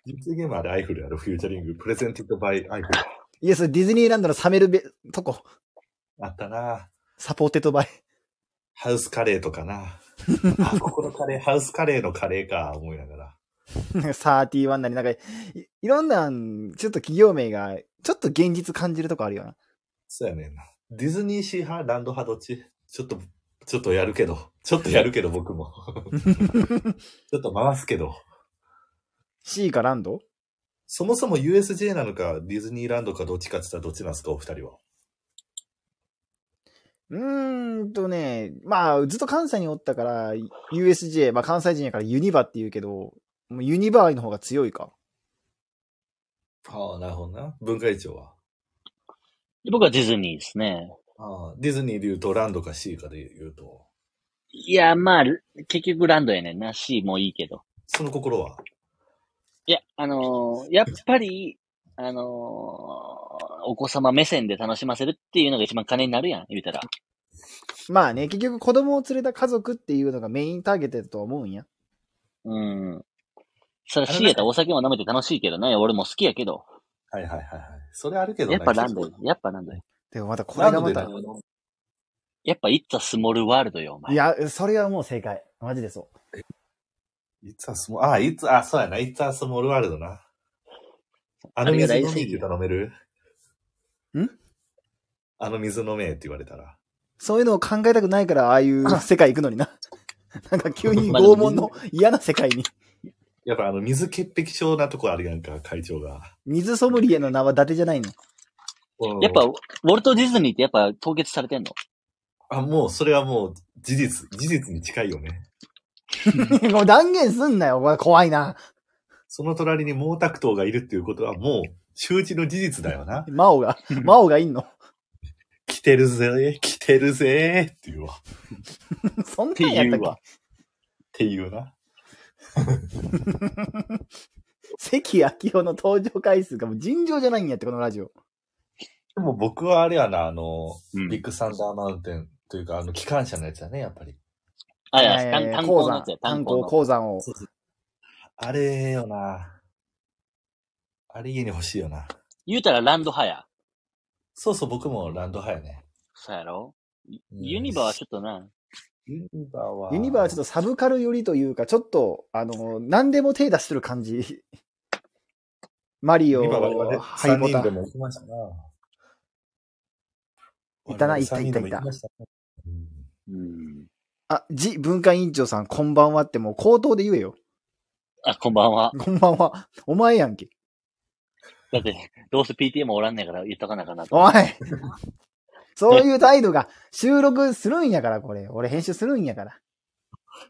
実ゲームあれアイフルやろ、フューチャリング。プレゼンティッドバイアイフル。 いや、それディズニーランドの冷めるとこ。 あったな。 サポーテッドバイ。 ハウスカレーとかな。あ、ここのカレー、ハウスカレーのカレーか、思いながら。 31なり、なんかいろんな、ちょっと企業名が、ちょっと現実感じるとこあるよな。 そうやねんな。ディズニーシー派、ランド派どっち？ちょっとやるけど、僕も。ちょっと回すけど。 C かランド？ そもそも USJ なのか、ディズニーランドかどっちかって言ったらどっちなんですか、お二人は。 まあ、ずっと関西におったから、USJ、まあ関西人やからユニバって言うけど、もうユニバーの方が強いか。 ああ、なるほどな。文化委員長は。 僕はディズニーですね。 ああ、ディズニーで言うとランドか C かで言うと。 いや、まあ、結局ランドやねんな。C もいいけど。 その心は？ いや、やっぱり、お子様目線で楽しませるっていうのが一番金になるやん、言うたら。 まあね、結局子供を連れた家族っていうのがメインターゲットだと思うんや。 うん。それ C やったらお酒も飲めて楽しいけどね。俺も好きやけど。 はいはいはいはい。それあるけどやっぱランド。 でもまたこれがまた。 やっぱ It's a small world よ、お前。 いや、それはもう正解。マジでそう。 そうやな。It's a small world な。あの水飲めって言ったら飲める？あの水飲めって言われたら。 そういうのを考えたくないから、ああいう世界行くのにな。なんか急に拷問の嫌な世界に。 やっぱ水潔癖症なとこあるやんか、会長が。 水ソムリエの名は伊達じゃないの。 やっぱ、ウォルト・ディズニーってやっぱ凍結されてんの？ あ、もう、それはもう、事実に近いよね。 もう断言すんなよ、これ怖いな。 その隣に毛沢東がいるっていうことはもう、周知の事実だよな。 マオがいんの。 来てるぜっていうわ。 そんなんやったっけ？ っていうな。 関明夫の登場回数がもう尋常じゃないんやって、このラジオ。 でも僕はあれやな、ビッグサンダーマウンテンというか、機関車のやつだね、やっぱり。 あ、いや、炭鉱のやつや、 炭鉱鉱山を。 あれよな。あれ家に欲しいよな。 言うたらランド派や。 そうそう、僕もランド派やね。 そうやろ？ユニバはちょっとな。 ユニバはちょっとサブカル寄りというか、ちょっと、何でも手出してる感じ。マリオ、ハリポタ。 3人でも行きましたな。 いた。あ、文化委員長さん、こんばんはってもう口頭で言えよ。 あ、こんばんは。 こんばんは。お前やんけ。 だって、どうせ PTA もおらんねんから言っとかなかなと。 おいそういう態度が収録するんやから、これ。俺編集するんやから。